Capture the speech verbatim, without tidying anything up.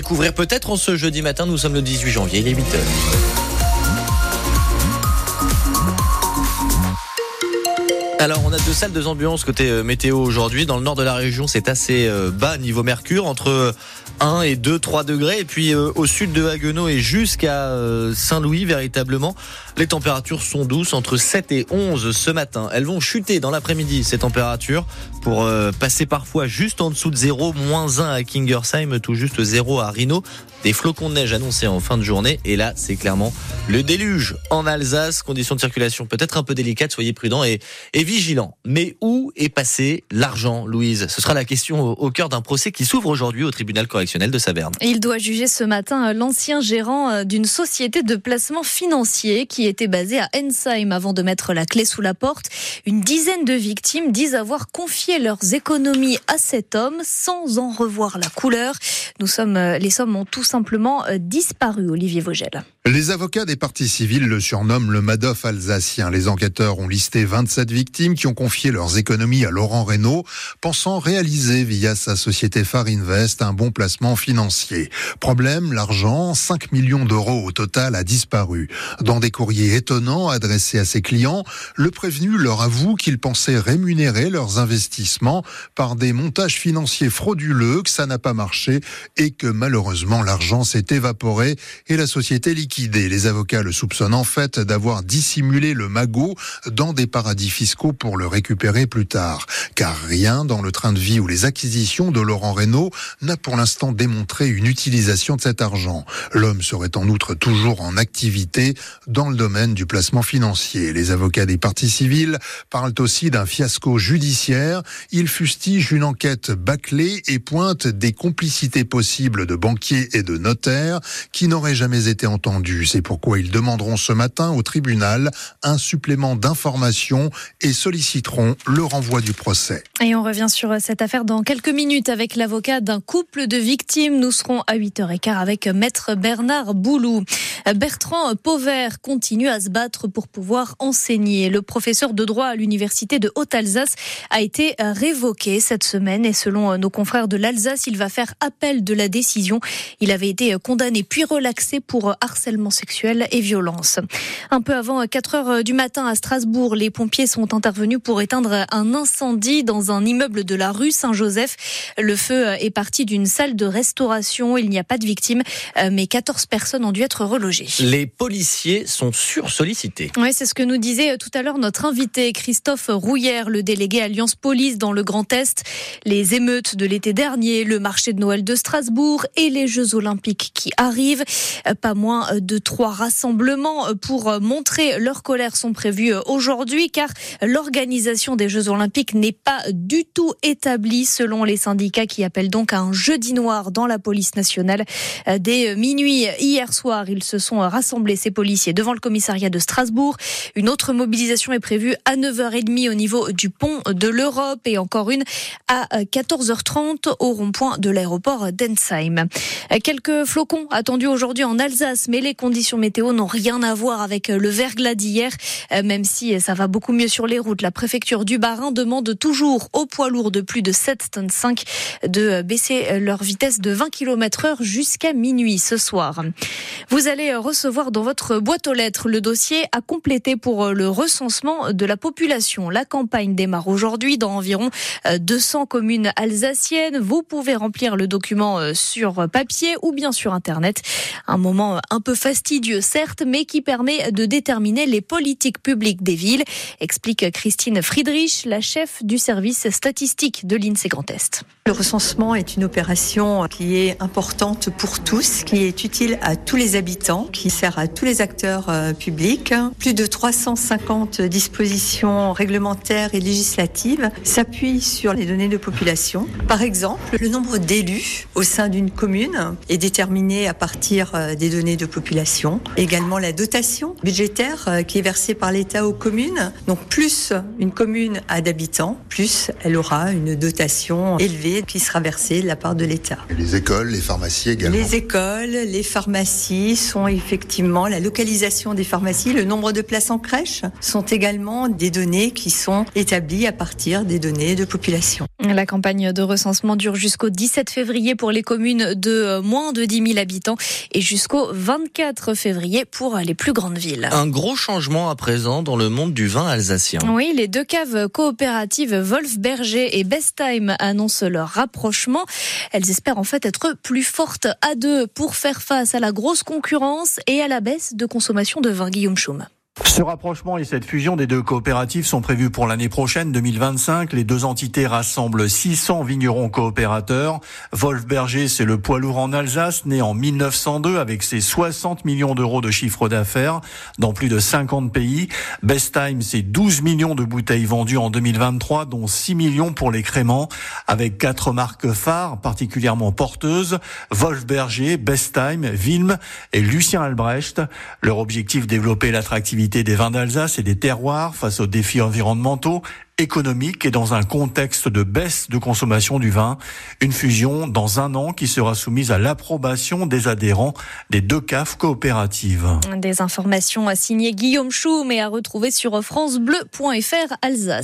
découvrir peut-être en ce jeudi matin. Nous sommes le dix-huit janvier, il est huit heures. Alors, on a deux salles, deux ambiances côté euh, météo aujourd'hui. Dans le nord de la région, c'est assez euh, bas niveau mercure, entre euh, un et deux, trois degrés. Et puis euh, au sud de Haguenau et jusqu'à euh, Saint-Louis, véritablement, les températures sont douces, entre sept et onze ce matin. Elles vont chuter dans l'après-midi, ces températures, pour euh, passer parfois juste en dessous de zéro, moins un à Kingersheim, tout juste zéro à Rhino. Des flocons de neige annoncés en fin de journée. Et là, c'est clairement le déluge en Alsace. Conditions de circulation peut-être un peu délicates, soyez prudents et, et vigilants. Mais où est passé l'argent, Louise ? Ce sera la question au, au cœur d'un procès qui s'ouvre aujourd'hui au tribunal correctionnel de Saverne. Il doit juger ce matin l'ancien gérant d'une société de placement financier qui était basée à Ensheim avant de mettre la clé sous la porte. Une dizaine de victimes disent avoir confié leurs économies à cet homme sans en revoir la couleur. Nous sommes, les sommes ont tout simplement disparu, Olivier Vogel. Les avocats des parties civiles le surnomment le Madoff alsacien. Les enquêteurs ont listé vingt-sept victimes qui ont confié leurs économies à Laurent Reynaud, pensant réaliser via sa société Farinvest un bon placement financier. Problème, l'argent, cinq millions d'euros au total, a disparu. Dans des courriers étonnants adressés à ses clients, le prévenu leur avoue qu'il pensait rémunérer leurs investissements par des montages financiers frauduleux, que ça n'a pas marché et que malheureusement l'argent s'est évaporé et la société liquidée. Les avocats le soupçonnent en fait d'avoir dissimulé le magot dans des paradis fiscaux pour le récupérer plus tard. Car rien dans le train de vie ou les acquisitions de Laurent Reynaud n'a pour l'instant démontré une utilisation de cet argent. L'homme serait en outre toujours en activité dans le domaine du placement financier. Les avocats des parties civiles parlent aussi d'un fiasco judiciaire. Ils fustigent une enquête bâclée et pointent des complicités possibles de banquiers et de notaires qui n'auraient jamais été entendus. C'est pourquoi ils demanderont ce matin au tribunal un supplément d'informations et solliciteront le renvoi du procès. Et on revient sur cette affaire dans quelques minutes avec l'avocat d'un couple de victimes. Nous serons à huit heures quinze avec maître Bernard Boulou. Bertrand Pauvert continue à se battre pour pouvoir enseigner. Le professeur de droit à l'université de Haute-Alsace a été révoqué cette semaine et selon nos confrères de l'Alsace, il va faire appel de la décision. Il avait été condamné puis relaxé pour harcèlement sexuel et violence. Un peu avant quatre heures du matin à Strasbourg, les pompiers sont intervenus pour éteindre un incendie dans un immeuble de la rue Saint-Joseph. Le feu est parti d'une salle de restauration. Il n'y a pas de victimes, mais quatorze personnes ont dû être relogées. Les policiers sont sursollicités. Oui, c'est ce que nous disait tout à l'heure notre invité Christophe Rouillère, le délégué Alliance Police dans le Grand Est. Les émeutes de l'été dernier, le marché de Noël de Strasbourg et les Jeux Olympiques qui arrivent. Pas moins de trois rassemblements pour montrer leur colère sont prévus aujourd'hui car l'organisation des Jeux Olympiques n'est pas du tout établie selon les syndicats qui appellent donc à un jeudi noir dans la police nationale. Dès minuit hier soir, ils se sont rassemblés, ces policiers, devant le commissariat de Strasbourg. Une autre mobilisation est prévue à neuf heures trente au niveau du pont de l'Europe et encore une à quatorze heures trente au rond-point de l'aéroport d'Ensheim. Quelques flocons attendus aujourd'hui en Alsace, mais les conditions météo n'ont rien à voir avec le verglas d'hier. Même si ça va beaucoup mieux sur les routes, la préfecture du Bas-Rhin demande toujours aux poids lourds de plus de sept tonnes cinq de baisser leur vitesse de vingt kilomètres heure jusqu'à minuit ce soir. Vous allez recevoir dans votre boîte aux lettres le dossier à compléter pour le recensement de la population. La campagne démarre aujourd'hui dans environ deux cents communes alsaciennes. Vous pouvez remplir le document sur papier ou bien sur Internet. Un moment un peu fastidieux, certes, mais qui permet de déterminer les politiques publiques des villes, explique Christine Friedrich, la chef du service statistique de l'INSEE Grand Est. Le recensement est une opération qui est importante pour tous, qui est utile à tous les habitants, qui sert à tous les acteurs euh, publics. Plus de trois cent cinquante dispositions réglementaires et législatives s'appuient sur les données de population. Par exemple, le nombre d'élus au sein d'une commune est déterminé à partir euh, des données de population. Également la dotation budgétaire euh, qui est versée par l'État aux communes. Donc plus une commune a d'habitants, plus elle aura une dotation élevée qui sera versée de la part de l'État. Et les écoles, les pharmacies également. Les écoles, les pharmacies sont effectivement la localisation des pharmacies, le nombre de places en crèche sont également des données qui sont établies à partir des données de population. La campagne de recensement dure jusqu'au dix-sept février pour les communes de moins de dix mille habitants et jusqu'au vingt-quatre février pour les plus grandes villes. Un gros changement à présent dans le monde du vin alsacien. Oui, les deux caves coopératives Wolf-Berger et Bestheim annoncent leur rapprochement. Elles espèrent en fait être plus fortes à deux pour faire face à la grosse concurrence et à la baisse de consommation de vin. Guillaume Schum. Ce rapprochement et cette fusion des deux coopératives sont prévus pour l'année prochaine, deux mille vingt-cinq. Les deux entités rassemblent six cents vignerons coopérateurs. Wolf-Berger, c'est le poids lourd en Alsace, né en mille neuf cent deux avec ses soixante millions d'euros de chiffre d'affaires dans plus de cinquante pays. Bestheim, c'est douze millions de bouteilles vendues en deux mille vingt-trois, dont six millions pour les créments, avec quatre marques phares particulièrement porteuses: Wolf-Berger, Bestheim, Wilm et Lucien Albrecht. Leur objectif, développer l'attractivité des vins d'Alsace et des terroirs face aux défis environnementaux, économiques et dans un contexte de baisse de consommation du vin. Une fusion dans un an qui sera soumise à l'approbation des adhérents des deux caves coopératives. Des informations à signer Guillaume Schum et à retrouver sur francebleu point fr Alsace.